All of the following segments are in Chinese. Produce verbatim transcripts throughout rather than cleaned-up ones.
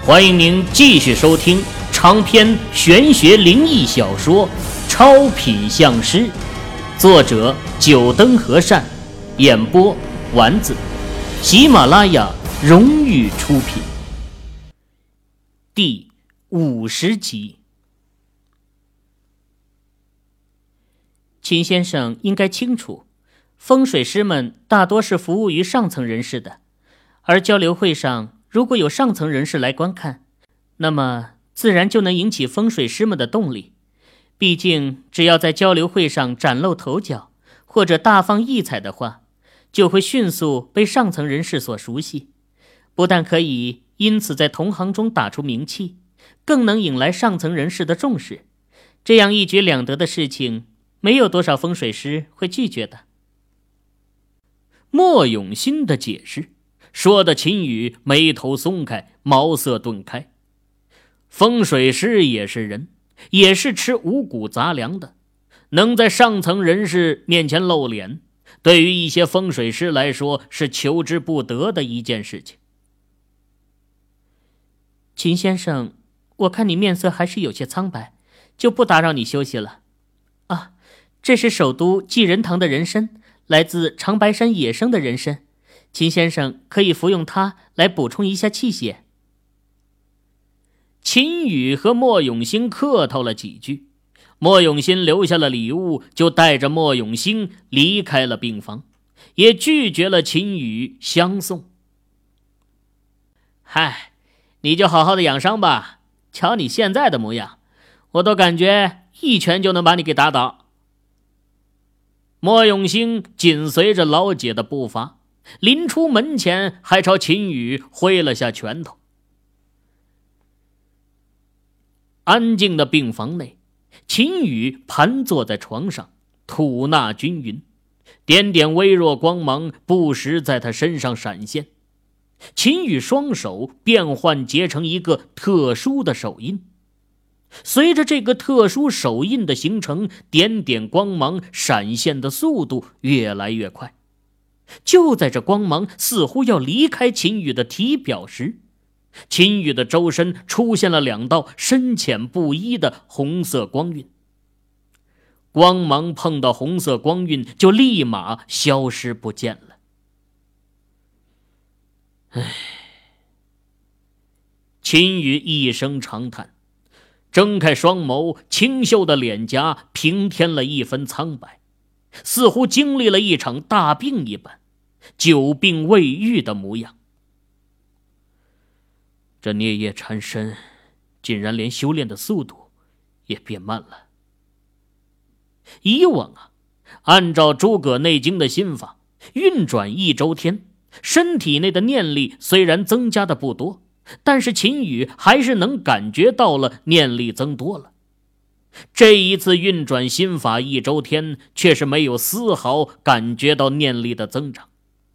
欢迎您继续收听长篇玄学灵异小说《超品相师》，作者九灯和善，演播丸子，喜马拉雅荣誉出品。第五十集。秦先生应该清楚，风水师们大多是服务于上层人士的，而交流会上如果有上层人士来观看，那么自然就能引起风水师们的动力。毕竟只要在交流会上崭露头角，或者大放异彩的话，就会迅速被上层人士所熟悉，不但可以因此在同行中打出名气，更能引来上层人士的重视。这样一举两得的事情，没有多少风水师会拒绝的。莫永新的解释说的秦宇眉头松开，茅塞顿开。风水师也是人，也是吃五谷杂粮的，能在上层人士面前露脸，对于一些风水师来说是求之不得的一件事情。秦先生，我看你面色还是有些苍白，就不打扰你休息了。啊，这是首都济仁堂的人参，来自长白山野生的人参，秦先生可以服用它来补充一下气血。秦宇和莫永兴客套了几句，莫永兴留下了礼物，就带着莫永兴离开了病房，也拒绝了秦宇相送。嗨，你就好好的养伤吧，瞧你现在的模样，我都感觉一拳就能把你给打倒。莫永兴紧随着老姐的步伐，临出门前还朝秦宇挥了下拳头。安静的病房内，秦宇盘坐在床上，吐纳均匀，点点微弱光芒不时在他身上闪现。秦宇双手变换结成一个特殊的手印，随着这个特殊手印的形成，点点光芒闪现的速度越来越快。就在这光芒似乎要离开秦宇的体表时，秦宇的周身出现了两道深浅不一的红色光晕，光芒碰到红色光晕就立马消失不见了。唉，秦宇一声长叹，睁开双眸，清秀的脸颊平添了一分苍白，似乎经历了一场大病一般，久病未愈的模样。这孽液缠身，竟然连修炼的速度也变慢了。以往啊，按照诸葛内经的心法，运转一周天，身体内的念力虽然增加的不多，但是秦宇还是能感觉到了念力增多了。这一次运转心法一周天，却是没有丝毫感觉到念力的增长。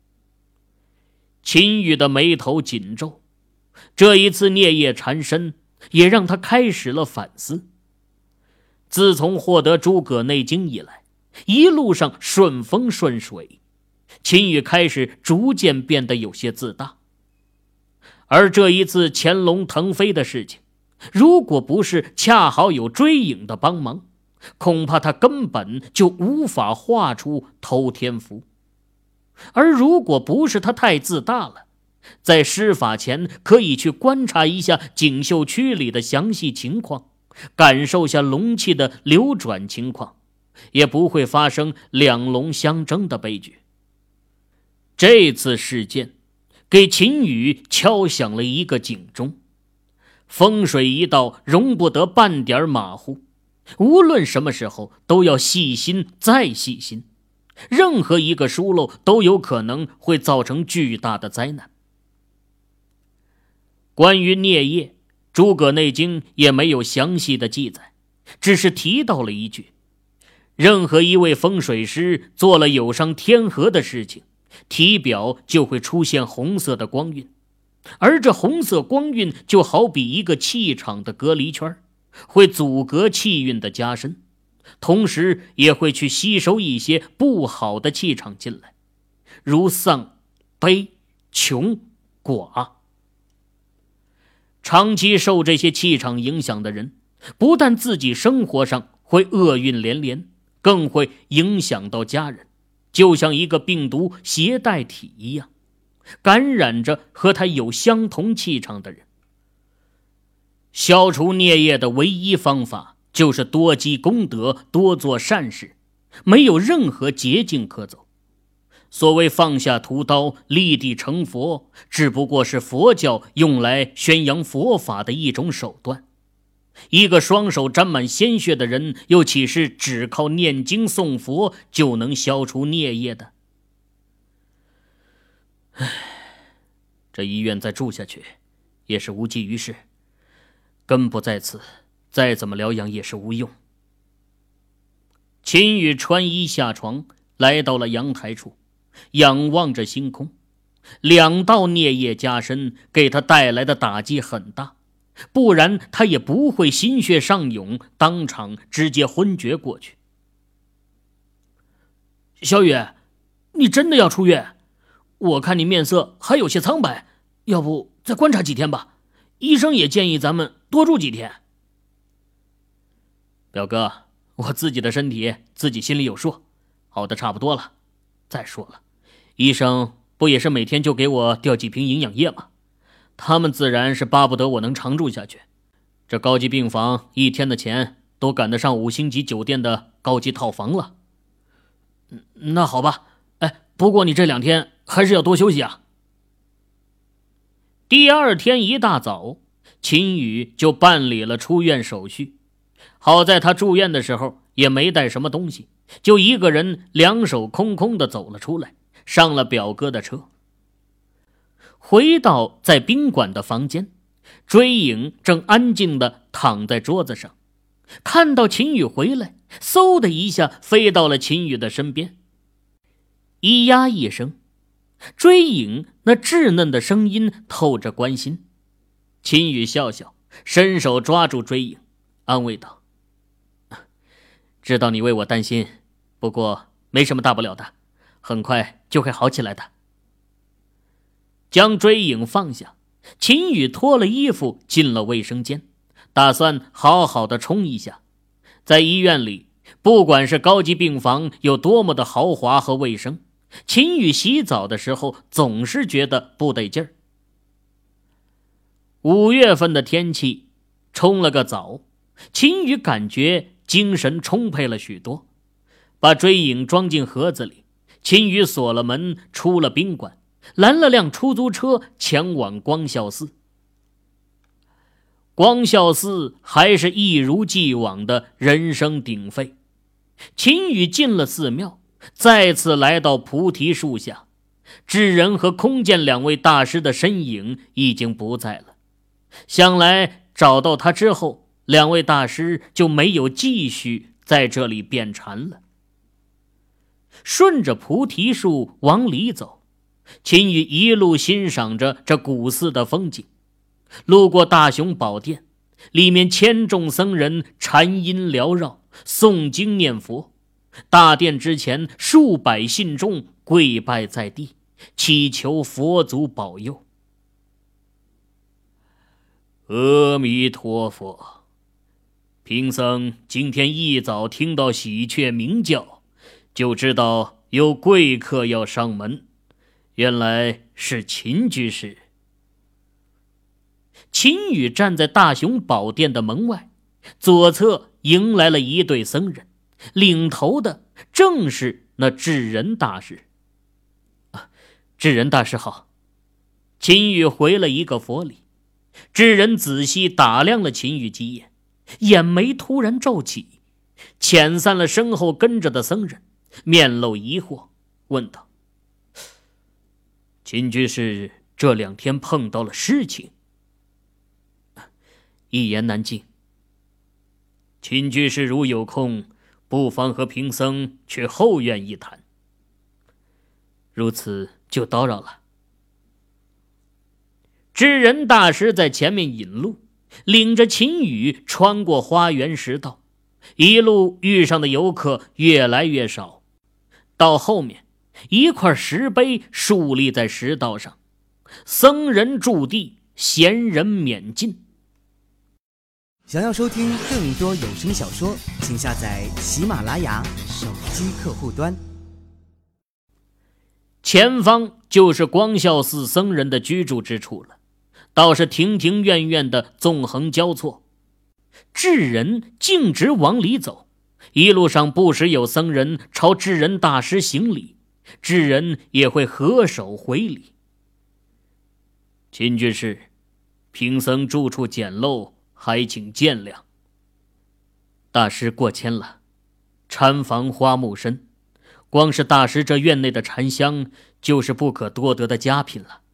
秦宇的眉头紧皱，这一次孽液缠身，也让他开始了反思。自从获得诸葛内经以来，一路上顺风顺水，秦宇开始逐渐变得有些自大。而这一次潜龙腾飞的事情，如果不是恰好有追影的帮忙，恐怕他根本就无法画出偷天符。而如果不是他太自大了，在施法前可以去观察一下锦绣区里的详细情况，感受下龙气的流转情况，也不会发生两龙相争的悲剧。这次事件给秦宇敲响了一个警钟，风水一道容不得半点马虎，无论什么时候都要细心再细心，任何一个疏漏都有可能会造成巨大的灾难。关于孽液，诸葛内经也没有详细的记载，只是提到了一句，任何一位风水师做了有伤天和的事情，体表就会出现红色的光晕，而这红色光晕就好比一个气场的隔离圈，会阻隔气运的加深，同时也会去吸收一些不好的气场进来，如丧、悲、穷、寡。 长期受这些气场影响的人，不但自己生活上会厄运连连，更会影响到家人，就像一个病毒携带体一样，感染着和他有相同气场的人。消除孽业的唯一方法就是多积功德，多做善事，没有任何捷径可走。所谓放下屠刀，立地成佛，只不过是佛教用来宣扬佛法的一种手段。一个双手沾满鲜血的人，又岂是只靠念经诵佛就能消除孽业的？唉，这医院再住下去也是无济于事，根不在此，再怎么疗养也是无用。秦宇穿衣下床，来到了阳台处，仰望着星空。两道孽业加深，给他带来的打击很大，不然他也不会心血上涌，当场直接昏厥过去。小雨，你真的要出院？我看你面色还有些苍白，要不再观察几天吧？医生也建议咱们多住几天。表哥，我自己的身体自己心里有数，好的差不多了。再说了，医生不也是每天就给我调几瓶营养液吗？他们自然是巴不得我能长住下去。这高级病房一天的钱都赶得上五星级酒店的高级套房了。那好吧，哎，不过你这两天还是要多休息啊。第二天一大早，秦宇就办理了出院手续。好在他住院的时候也没带什么东西，就一个人两手空空的走了出来，上了表哥的车。回到在宾馆的房间，追影正安静的躺在桌子上，看到秦宇回来，嗖的一下飞到了秦宇的身边。咿呀一声，追影那稚嫩的声音透着关心。秦宇笑笑，伸手抓住追影，安慰道：知道你为我担心，不过没什么大不了的，很快就会好起来的。将追影放下，秦宇脱了衣服进了卫生间，打算好好的冲一下。在医院里，不管是高级病房有多么的豪华和卫生，秦宇洗澡的时候总是觉得不得劲儿。五月份的天气，冲了个澡，秦宇感觉精神充沛了许多。把追影装进盒子里，秦宇锁了门，出了宾馆，拦了辆出租车前往光孝寺。光孝寺还是一如既往的人声鼎沸。秦宇进了寺庙，再次来到菩提树下，智人和空见两位大师的身影已经不在了。想来找到他之后，两位大师就没有继续在这里辩禅了。顺着菩提树往里走，秦宇一路欣赏着这古寺的风景。路过大雄宝殿，里面千众僧人禅音缭绕，诵经念佛。大殿之前，数百信众跪拜在地，祈求佛祖保佑。阿弥陀佛，贫僧今天一早听到喜鹊鸣叫，就知道有贵客要上门，原来是秦居士。秦宇站在大雄宝殿的门外，左侧迎来了一对僧人，领头的正是那智人大师。啊，智人大师好。秦宇回了一个佛礼。智人仔细打量了秦宇几眼，眼眉突然皱起，遣散了身后跟着的僧人，面露疑惑，问道：秦居士这两天碰到了事情？一言难尽。秦居士如有空，不妨和贫僧去后院一谈。如此就叨扰了。智人大师在前面引路，领着秦宇穿过花园石道，一路遇上的游客越来越少。到后面，一块石碑竖立在石道上，僧人驻地， 闲人免进。 想要收听更多有声小说，请下载喜马拉雅手机客户端。 前方就是光孝寺僧人的居住之处了，倒是庭庭院院的纵横交错。智人径直往里走，一路上不时有僧人朝智人大师行礼，智人也会合手回礼。秦居士，贫僧住处简陋，还请见谅。大师过谦了，禅房花木深，光是大师这院内的禅香就是不可多得的佳品了。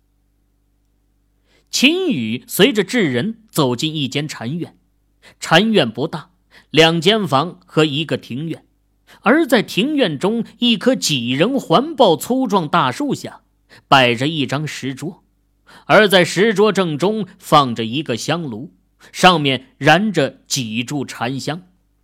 秦羽随着智人走进一间禅院，禅院不大，两间房和一个庭院，而在庭院中一棵几人环抱粗壮大树下摆着一张石桌，而在石桌正中放着一个香炉，上面燃着几柱禅香。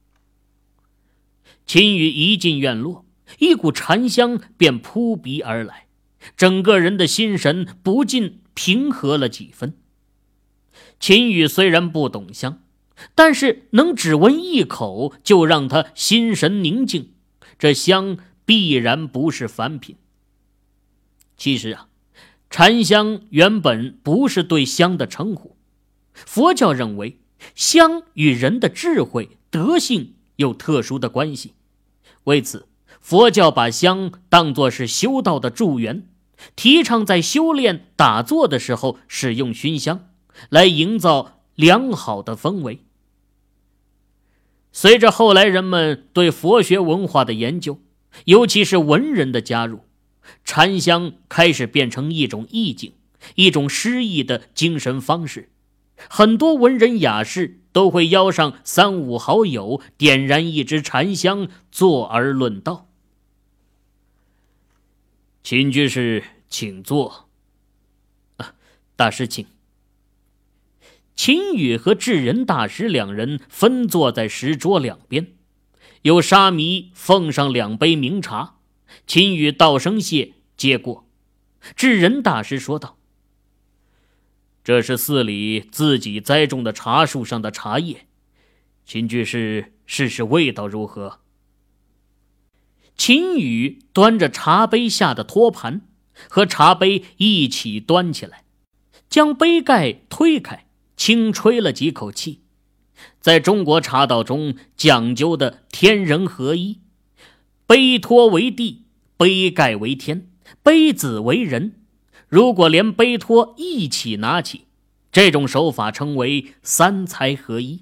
秦羽一进院落，一股禅香便扑鼻而来，整个人的心神不禁平和了几分。秦羽虽然不懂香，但是能只闻一口就让他心神宁静，这香必然不是凡品。其实啊，禅香原本不是对香的称呼，佛教认为香与人的智慧德性有特殊的关系，为此佛教把香当作是修道的助缘，提倡在修炼打坐的时候使用熏香，来营造良好的氛围。随着后来人们对佛学文化的研究，尤其是文人的加入，禅香开始变成一种意境，一种诗意的精神方式。很多文人雅士都会邀上三五好友，点燃一支禅香，坐而论道。秦居士请坐。啊，大师请。秦羽和智人大师两人分坐在石桌两边，有沙弥奉上两杯名茶，秦羽道声谢接过。智人大师说道：这是寺里自己栽种的茶树上的茶叶，秦居士试试味道如何？秦羽端着茶杯下的托盘，和茶杯一起端起来，将杯盖推开，轻吹了几口气。在中国茶道中讲究的天人合一，杯托为地，杯盖为天，杯子为人，如果连杯托一起拿起，这种手法称为三才合一。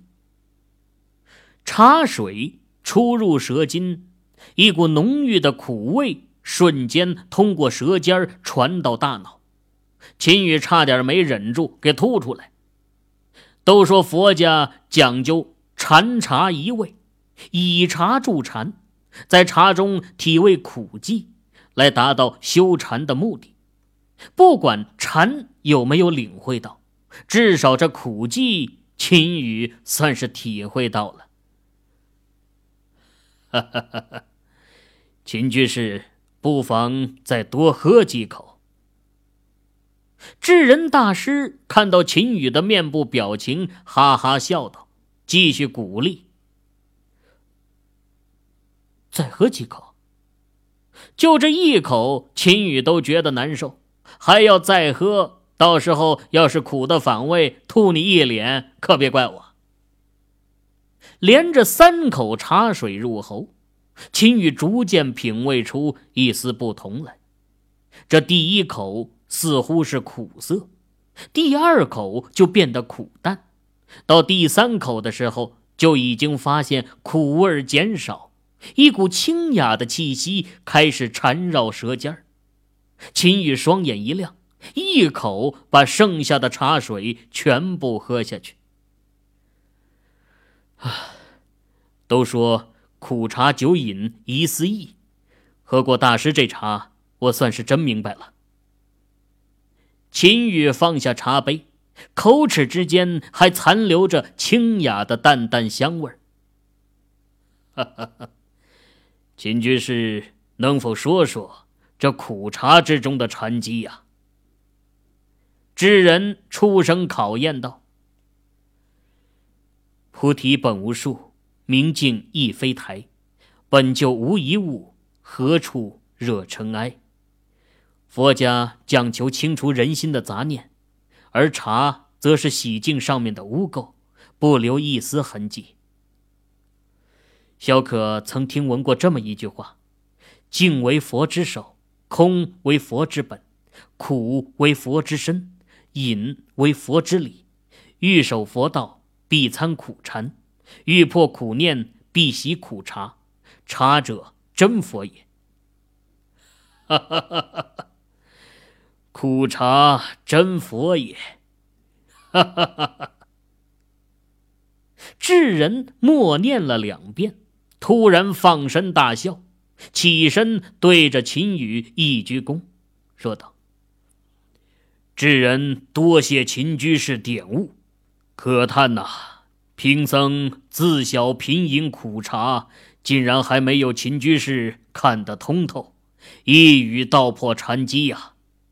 茶水出入舌尖，一股浓郁的苦味瞬间通过舌尖传到大脑，秦羽差点没忍住给吐出来。都说佛家讲究禅茶一味，以茶助禅，在茶中体味苦寂，来达到修禅的目的。不管禅有没有领会到，至少这苦寂秦羽算是体会到了。哈哈哈哈，秦居士不妨再多喝几口。智人大师看到秦羽的面部表情，哈哈笑道，继续鼓励：再喝几口。就这一口，秦羽都觉得难受，还要再喝，到时候要是苦的反胃，吐你一脸，可别怪我。连着三口茶水入喉，秦羽逐渐品味出一丝不同来。这第一口似乎是苦涩，第二口就变得苦淡，到第三口的时候，就已经发现苦味减少，一股清雅的气息开始缠绕舌尖。秦羽双眼一亮，一口把剩下的茶水全部喝下去。啊，都说苦茶酒饮一丝意，喝过大师这茶，我算是真明白了。秦羽放下茶杯，口齿之间还残留着清雅的淡淡香味儿。哈哈哈，秦居士能否说说这苦茶之中的禅机呀？ 智人出声考验道：菩提本无树，明镜亦非台，本就无一物，何处惹尘埃？佛家讲求清除人心的杂念，而茶则是洗净上面的污垢，不留一丝痕迹。小可曾听闻过这么一句话：静为佛之手，空为佛之本，苦为佛之身，隐为佛之理。欲守佛道，必参苦禅；欲破苦念，必习苦茶。茶者，真佛也。哈哈哈哈！苦茶真佛也。哈哈哈哈！智人默念了两遍，突然放声大笑，起身对着秦羽一鞠躬，说道：智人多谢秦居士点悟，可叹呐、啊，贫僧自小品饮苦茶，竟然还没有秦居士看得通透，一语道破禅机呀、啊。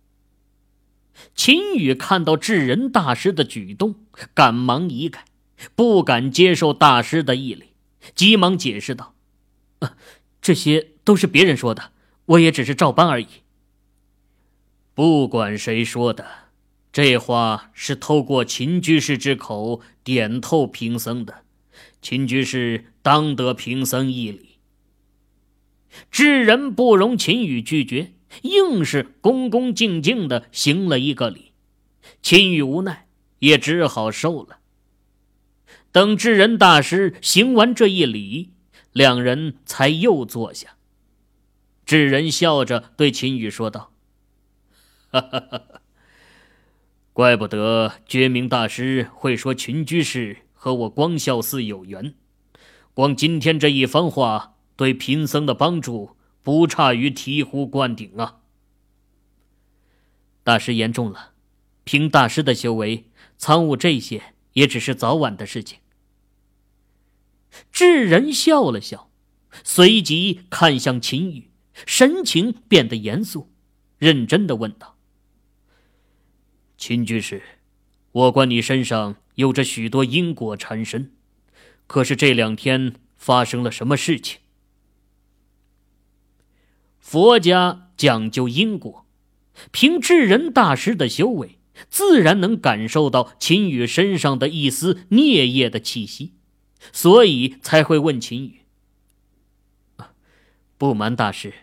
秦羽看到智人大师的举动，赶忙移开，不敢接受大师的义理，急忙解释道：啊，这些都是别人说的，我也只是照搬而已。不管谁说的，这话是透过秦居士之口点透贫僧的，秦居士当得贫僧义理。智人不容秦羽拒绝，硬是恭恭敬敬地行了一个礼。秦羽无奈，也只好受了。等智人大师行完这一礼，两人才又坐下。智人笑着对秦羽说道：哈哈哈哈，怪不得觉明大师会说秦居士和我光孝寺有缘，光今天这一番话对贫僧的帮助不差于醍醐灌顶啊。大师言重了，凭大师的修为，参悟这些也只是早晚的事情。智人笑了笑，随即看向秦羽，神情变得严肃，认真地问道：秦居士，我观你身上有着许多因果缠身，可是这两天发生了什么事情？佛家讲究因果，凭智人大师的修为，自然能感受到秦羽身上的一丝孽业的气息，所以才会问秦羽。不瞒大师，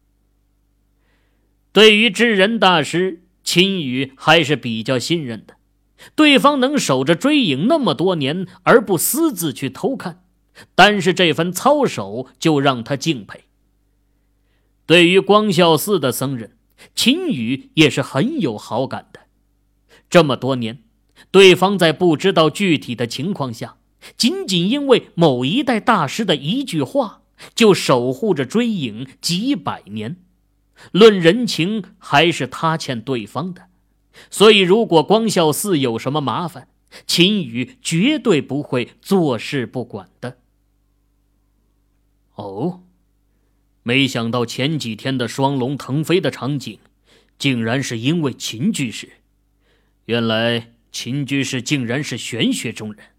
对于智人大师，秦羽还是比较信任的，对方能守着追影那么多年而不私自去偷看，单是这份操守就让他敬佩。对于光孝寺的僧人，秦羽也是很有好感的。这么多年，对方在不知道具体的情况下，仅仅因为某一代大师的一句话，就守护着追影几百年。论人情，还是他欠对方的。所以如果光孝寺有什么麻烦，秦羽绝对不会坐视不管的。哦，没想到前几天的双龙腾飞的场景，竟然是因为秦居士。原来秦居士竟然是玄学中人。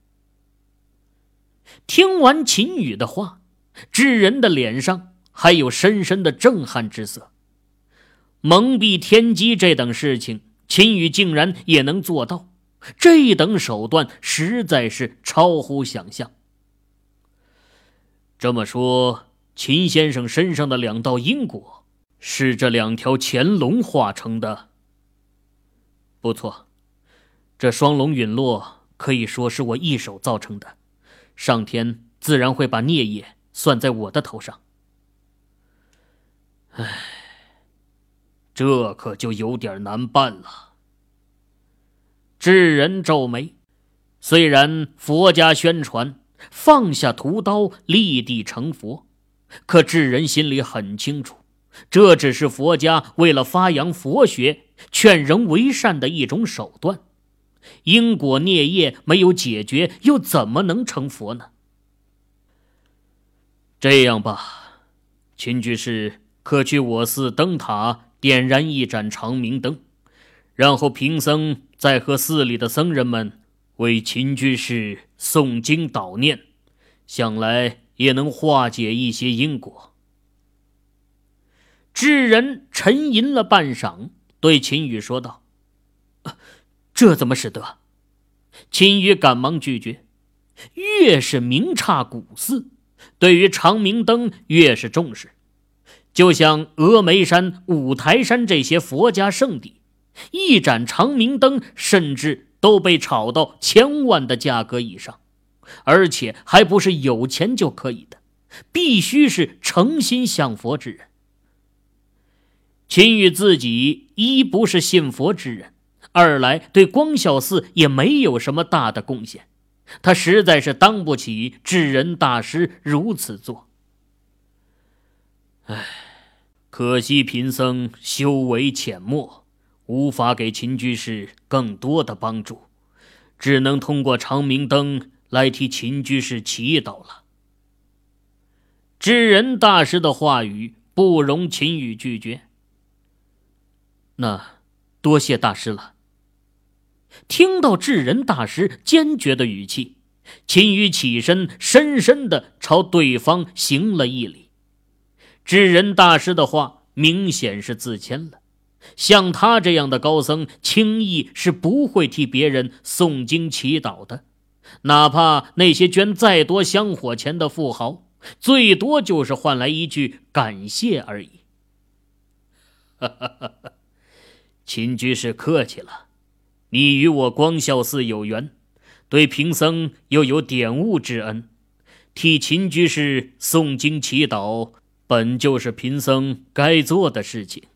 听完秦羽的话，智人的脸上还有深深的震撼之色。蒙蔽天机这等事情，秦羽竟然也能做到，这等手段实在是超乎想象。这么说，秦先生身上的两道因果，是这两条潜龙化成的？不错，这双龙陨落可以说是我一手造成的，上天自然会把孽业算在我的头上。唉，这可就有点难办了。智人皱眉，虽然佛家宣传放下屠刀立地成佛，可智人心里很清楚，这只是佛家为了发扬佛学、劝人为善的一种手段。因果孽业没有解决，又怎么能成佛呢？这样吧，秦居士可去我寺灯塔点燃一盏长明灯， 然后贫僧再和寺里的僧人们为秦居士诵经祷念，想来也能化解一些因果。智人沉吟了半晌，对秦羽说道：“这怎么使得？”秦羽赶忙拒绝，越是名刹古寺，对于长明灯越是重视。就像峨眉山、五台山这些佛家圣地，一盏长明灯甚至都被炒到千万的价格以上，而且还不是有钱就可以的，必须是诚心向佛之人。秦羽自己一不是信佛之人，二来对光孝寺也没有什么大的贡献，他实在是当不起智人大师如此做。唉，可惜贫僧修为浅薄，无法给秦居士更多的帮助，只能通过长明灯来替秦居士祈祷了。智人大师的话语不容秦羽拒绝。那多谢大师了。听到智人大师坚决的语气，秦羽起身深深地朝对方行了一礼。智人大师的话明显是自谦了，像他这样的高僧轻易是不会替别人诵经祈祷的，哪怕那些捐再多香火钱的富豪，最多就是换来一句感谢而已。哈哈哈哈，秦居士客气了，你与我光孝寺有缘，对贫僧又有点悟之恩，替秦居士诵经祈祷本就是贫僧该做的事情。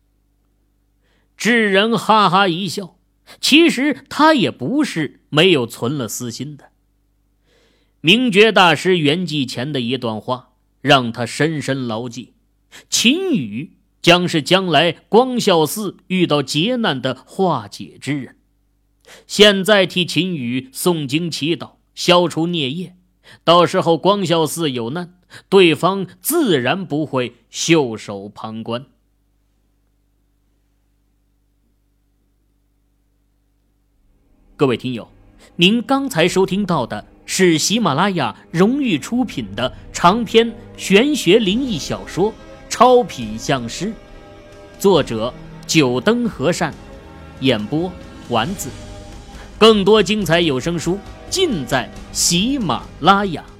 智人哈哈一笑，其实他也不是没有存了私心的。明觉大师圆寂前的一段话让他深深牢记，秦羽将是将来光孝寺遇到劫难的化解之人。现在替秦羽诵经祈祷，消除孽业，到时候光孝寺有难，对方自然不会袖手旁观。各位听友，您刚才收听到的是喜马拉雅荣誉出品的长篇玄学灵异小说《超品相师》，作者九灯和善，演播丸子。更多精彩有声书尽在喜马拉雅。